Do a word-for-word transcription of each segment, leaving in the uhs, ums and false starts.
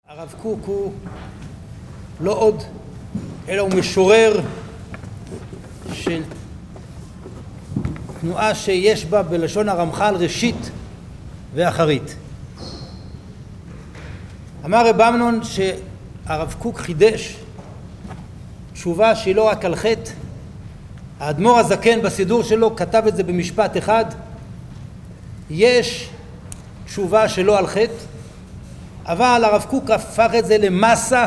הרב קוק הוא לא עוד, אלא הוא משורר של תנועה שיש בה בלשון הרמח"ל ראשית ואחרית. אמר רב אמנון שהרב קוק חידש תשובה שהיא לא רק על חטא. האדמו"ר הזקן בסידור שלו כתב את זה במשפט אחד: יש תשובה שלא על חטא, אבל הרב קוק הפך את זה למסה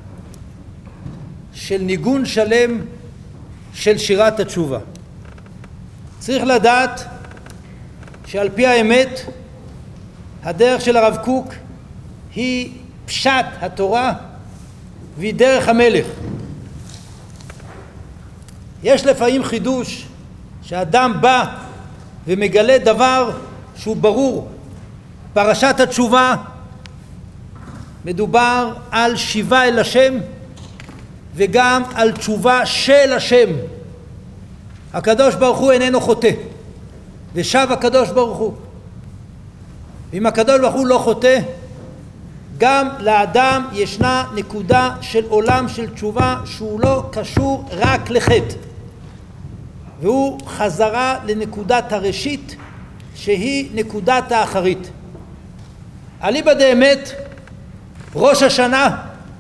של ניגון שלם של שירת התשובה. צריך לדעת שעל פי האמת הדרך של הרב קוק היא פשט התורה והיא דרך המלך. יש לפעמים חידוש שאדם בא ומגלה דבר שהוא ברור. פרשת התשובה מדובר על שיבה אל השם וגם על תשובה של השם. הקדוש ברוך הוא איננו חוטא, ושב הקדוש ברוך הוא. ואם הקדוש ברוך הוא לא חוטא, גם לאדם ישנה נקודה של עולם של תשובה שהוא לא קשור רק לחטא, והוא חזרה לנקודת הראשית שהיא נקודת האחרית. אליבא דאמת ראש השנה,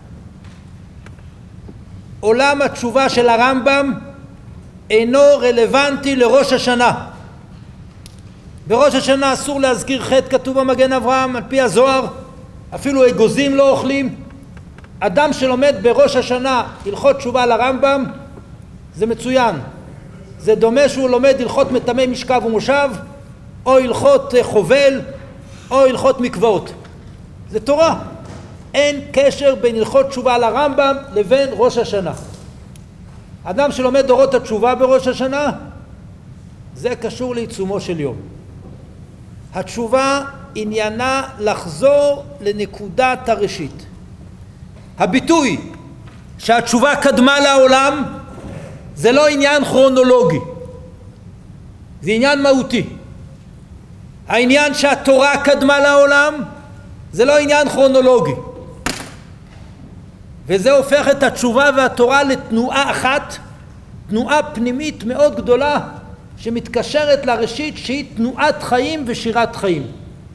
עולם התשובה של הרמב"ם אינו רלוונטי לראש השנה. בראש השנה אסור להזכיר חטא, כתוב במגן אברהם על פי הזוהר, אפילו אגוזים לא אוכלים. אדם שלומד בראש השנה הלכות תשובה לרמב"ם זה מצוין. זה דומה שהוא לומד הלכות מטמאי משכב ומושב, או הלכות חובל, או הלכות מקוואות. זה תורה. אין קשר בין הלכות תשובה לרמב"ם לבין ראש השנה. אדם שלומד דורות התשובה בראש השנה, זה קשור לעיצומו של יום. התשובה עניינה לחזור לנקודת הראשית. הביטוי שהתשובה קדמה לעולם זה לא עניין כרונולוגי, זה עניין מהותי. העניין שהתורה קדמה לעולם זה לא עניין כרונולוגי, וזה הופך את התשובה והתורה לתנועה אחת, תנועה פנימית מאוד גדולה שמתקשרת לראשית שהיא תנועת חיים ושירת חיים.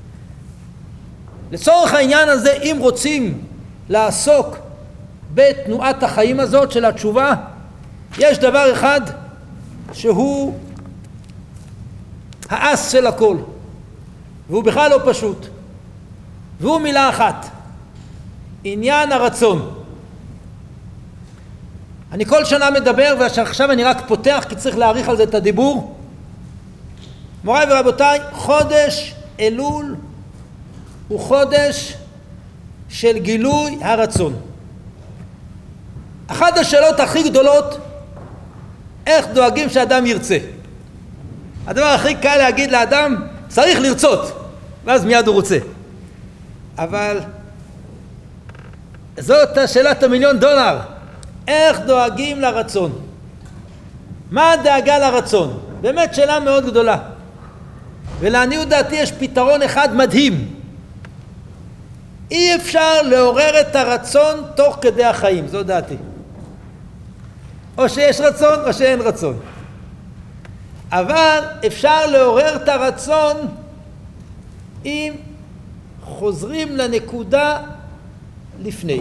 לצורך העניין הזה, אם רוצים לעסוק בתנועת החיים הזאת של התשובה, יש דבר אחד שהוא האס של הכל, והוא בכלל לא פשוט, והוא מילה אחת: עניין הרצון. אני כל שנה מדבר, ועכשיו אני רק פותח כי צריך להאריך על זה את הדיבור. מוריי ורבותיי, חודש אלול הוא חודש של גילוי הרצון. אחת השאלות הכי גדולות, איך דואגים שאדם ירצה? הדבר הכי קל להגיד לאדם, צריך לרצות, ואז מיד הוא רוצה. אבל זאת השאלת המיליון דולר. איך דואגים לרצון? מה הדאגה לרצון? באמת שאלה מאוד גדולה. ולעניות דעתי יש פתרון אחד מדהים. אי אפשר לעורר את הרצון תוך כדי החיים, זו דעתי. או שיש רצון או שאין רצון. אבל אפשר לעורר את הרצון אם חוזרים לנקודה לפני.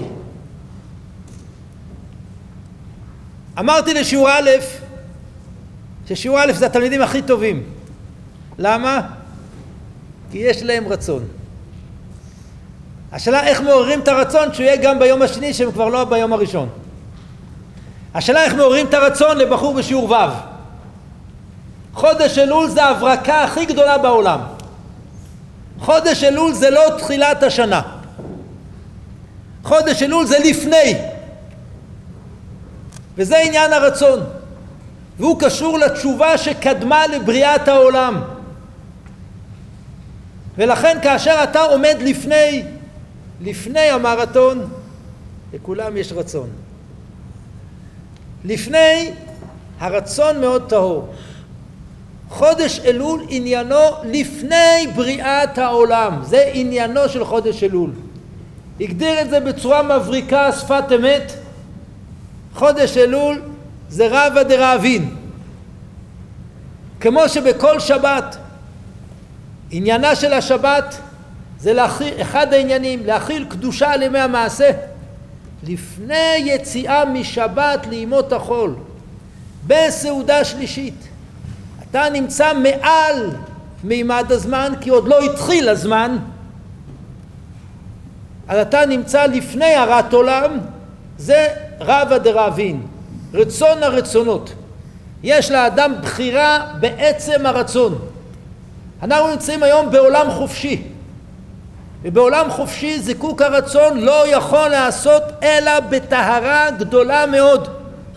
אמרתי לשיעור א' ששיעור א' זה התלמידים הכי טובים. למה? כי יש להם רצון. השאלה איך מעוררים את הרצון שהוא יהיה גם ביום השני שהם כבר לא ביום הראשון. השאלה איך מעוררים את הרצון לבחור בשיעור ו'. חודש אלול זה הברקה הכי גדולה בעולם. חודש אלול זה לא תחילת השנה. חודש אלול זה לפני. וזה עניין הרצון. והוא קשור לתשובה שקדמה לבריאת העולם. ולכן כאשר אתה עומד לפני, לפני המרתון, לכולם יש רצון. לפני, הרצון מאוד טהור. חודש אלול עניינו לפני בריאת העולם. זה עניינו של חודש אלול. הגדיר את זה בצורה מבריקה, שפת אמת. חודש אלול זה רבא דרעבין. כמו שבכל שבת, עניינה של השבת זה להכיל, אחד העניינים, להכיל קדושה על ימי המעשה. לפני יציאה משבת לימות החול, בסעודה שלישית, אתה נמצא מעל מימד הזמן, כי עוד לא התחיל הזמן, אז אתה נמצא לפני הרת עולם, זה רבא דרעבין, רצון הרצונות. יש לאדם בחירה בעצם הרצון. אנחנו נמצאים היום בעולם חופשי, ובעולם חופשי זיקוק הרצון לא יכול לעשות אלא בטהרה גדולה מאוד.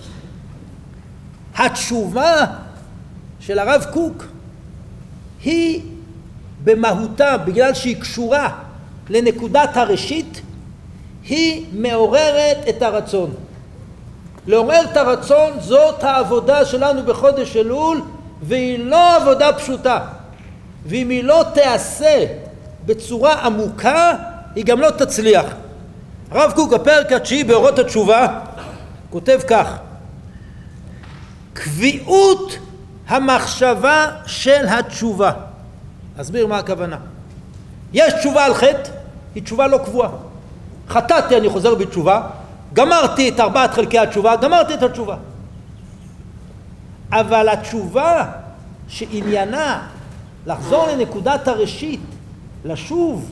התשובה של הרב קוק היא במהותה, בגלל שהיא קשורה לנקודת הראשית, היא מעוררת את הרצון. לעורר את הרצון זאת העבודה שלנו בחודש אלול, והיא לא עבודה פשוטה. ואם היא לא תעשה בצורה עמוקה, היא גם לא תצליח. הרב קוק בפרק התשיעי באורות התשובה כותב כך: קביעות המחשבה של התשובה. אסביר מה הכוונה. יש תשובה על חטא, היא תשובה לא קבועה. חטאתי, אני חוזר בתשובה, גמרתי את ארבעת חלקי התשובה, גמרתי את התשובה. אבל התשובה שעניינה לחזור לנקודת הראשית, לשוב,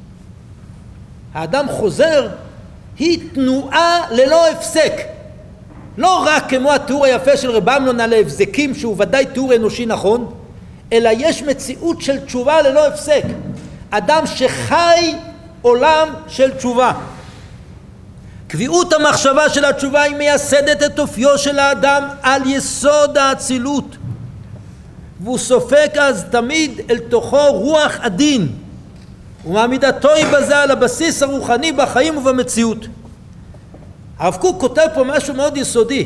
האדם חוזר, היא תנועה ללא הפסק. לא רק כמו התיאור היפה של רב אמנון על ההבזקים, שהוא ודאי תיאור אנושי נכון, אלא יש מציאות של תשובה ללא הפסק. אדם שחי עולם של תשובה. קביעות המחשבה של התשובה היא מייסדת את אופיו של האדם על יסוד האצילות, והוא סופק אז תמיד אל תוכו רוח הדין, ומעמידתו היא בזה על הבסיס הרוחני בחיים ובמציאות. הרב קוק כותב פה משהו מאוד יסודי,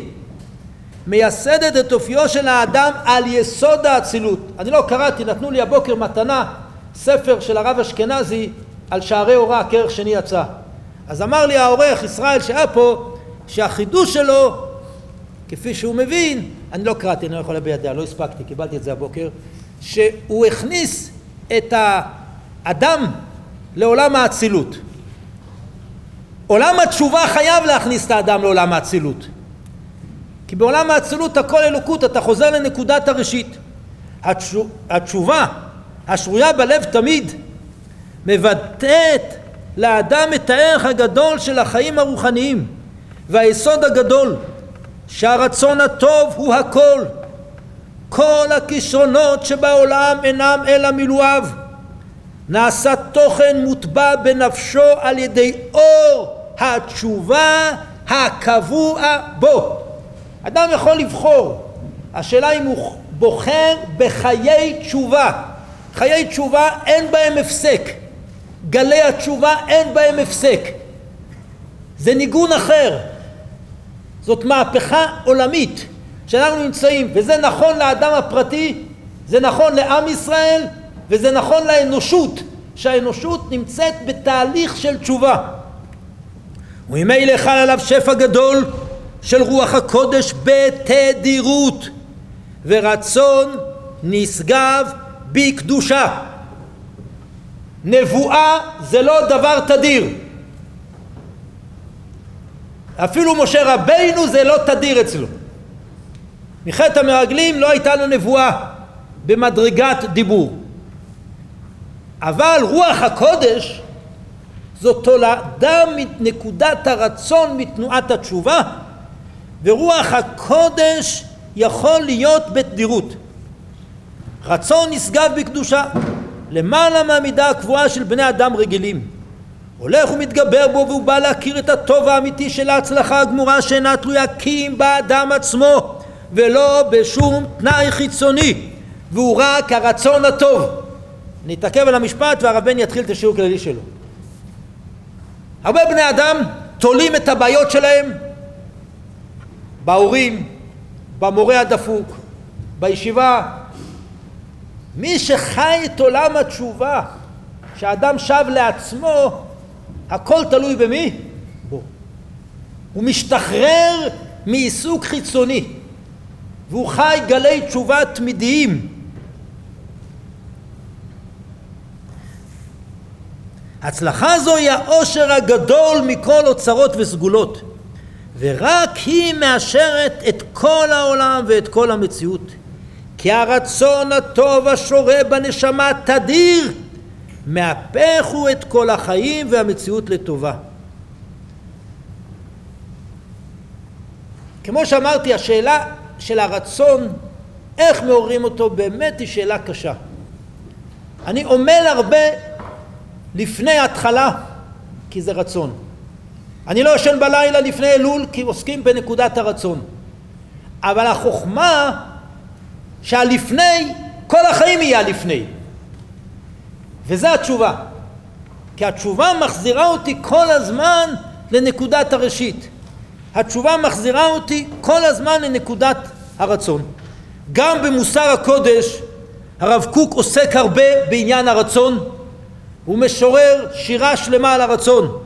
מייסדת את אופיו של האדם על יסוד האצילות. אני לא קראתי, נתנו לי הבוקר מתנה ספר של הרב אשכנזי על שערי אורה, כרך שני יצא. אז אמר לי העורך ישראל שהיה פה, שהחידוש שלו, כפי שהוא מבין, אני לא קראתי, אני לא יכול בידיה, לא הספקתי, קיבלתי את זה הבוקר, שהוא הכניס את האדם לעולם האצילות. עולם התשובה חייב להכניס את האדם לעולם האצילות. כי בעולם האצילות הכל אלוקות, אתה חוזר לנקודת הראשית. התשובה השרויה בלב תמיד מבטאת לאדם את הערך הגדול של החיים הרוחניים והיסוד הגדול שהרצון הטוב הוא הכל. כל הכישרונות שבעולם אינם אלא מילואיו. נעשה תוכן מוטבע בנפשו על ידי אור התשובה הקבוע בו. אדם יכול לבחור, השאלה אם הוא בוחר בחיי תשובה. חיי תשובה אין בהם הפסק, גלי התשובה אין בהם הפסק, זה ניגון אחר, זאת מהפכה עולמית שאנחנו נמצאים, וזה נכון לאדם הפרטי, זה נכון לעם ישראל, וזה נכון לאנושות, שהאנושות נמצאת בתהליך של תשובה. וממילא חל עליו שפע גדול של רוח הקודש בתדירות, ורצון נשגב בקדושה. נבואה זה לא דבר תדיר, אפילו משה רבינו זה לא תדיר אצלו. מחטא המרגלים לא הייתה לו נבואה במדרגת דיבור, אבל רוח הקודש זאת תולדה מנקודת הרצון מתנועת התשובה, ורוח הקודש יכול להיות בתדירות. רצון נשגב בקדושה למעלה מהמידה הקבועה של בני אדם רגילים, הולך ומתגבר בו, והוא בא להכיר את הטוב האמיתי של ההצלחה הגמורה שאינה תלויה כי אם באדם עצמו ולא בשום תנאי חיצוני, והוא רק הרצון הטוב. נתעכב על המשפט והרב בן יתחיל את השיעור הכללי שלו. הרבה בני אדם תולים את הבעיות שלהם בהורים, במורה הדפוק, בישיבה. מי שחי את עולם התשובה, שהאדם שב לעצמו, הכל תלוי במי? בו. הוא משתחרר מעיסוק חיצוני, והוא חי גלי תשובה תמידיים. הצלחה זו היא העושר הגדול מכל אוצרות וסגולות, ורק היא מאשרת את כל העולם ואת כל המציאות. כי הרצון הטוב השורה בנשמה תדיר, מהפך הוא את כל החיים והמציאות לטובה. כמו שאמרתי, השאלה של הרצון, איך מעוררים אותו, באמת היא שאלה קשה. אני עמל הרבה לפני התחלה, כי זה רצון. אני לא ישן בלילה לפני אלול, כי עוסקים בנקודת הרצון. אבל החוכמה שהלפני, כל החיים יהיה לפני. וזה התשובה. כי התשובה מחזירה אותי כל הזמן לנקודת הראשית. התשובה מחזירה אותי כל הזמן לנקודת הרצון. גם במוסר הקודש, הרב קוק עוסק הרבה בעניין הרצון. הוא משורר שירה שלמה על הרצון.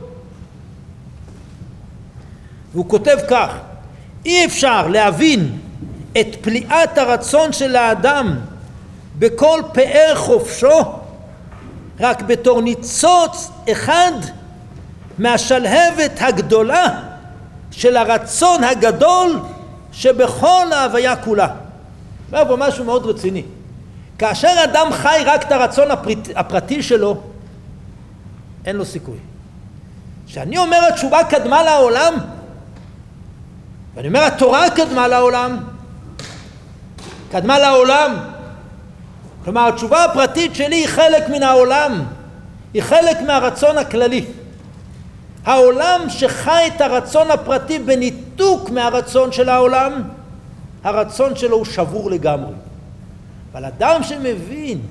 והוא כותב כך: אי אפשר להבין את פליאת הרצון של האדם בכל פאר חופשו רק בתור ניצוץ אחד מהשלהבת הגדולה של הרצון הגדול שבכל ההוויה כולה. אומר פה משהו מאוד רציני. כאשר אדם חי רק את הרצון הפרט, הפרטי שלו, אין לו סיכוי. כשאני אומר התשובה קדמה לעולם, ואני אומר התורה קדמה לעולם, קדמה לעולם, כלומר התשובה הפרטית שלי היא חלק מן העולם, היא חלק מהרצון הכללי. העולם שחי את הרצון הפרטי בניתוק מהרצון של העולם, הרצון שלו הוא שבור לגמרי. אבל אדם שמבין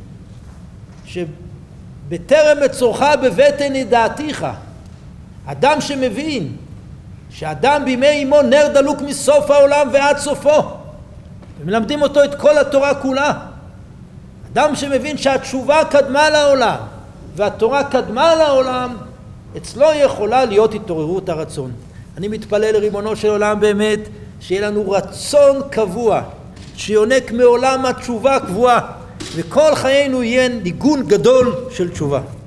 שבטרם מצורך בבטן ידעתיך, אדם שמבין שאדם בימי אמו נר דלוק מסוף העולם ועד סופו, ומלמדים אותו את כל התורה כולה, אדם שמבין שהתשובה קדמה לעולם והתורה קדמה לעולם, אצלו יכולה להיות התעוררות הרצון. אני מתפלל לריבונו של עולם באמת שיהיה לנו רצון קבוע, שיונק מעולם התשובה קבועה, וכל חיינו יהיה ניגון גדול של תשובה.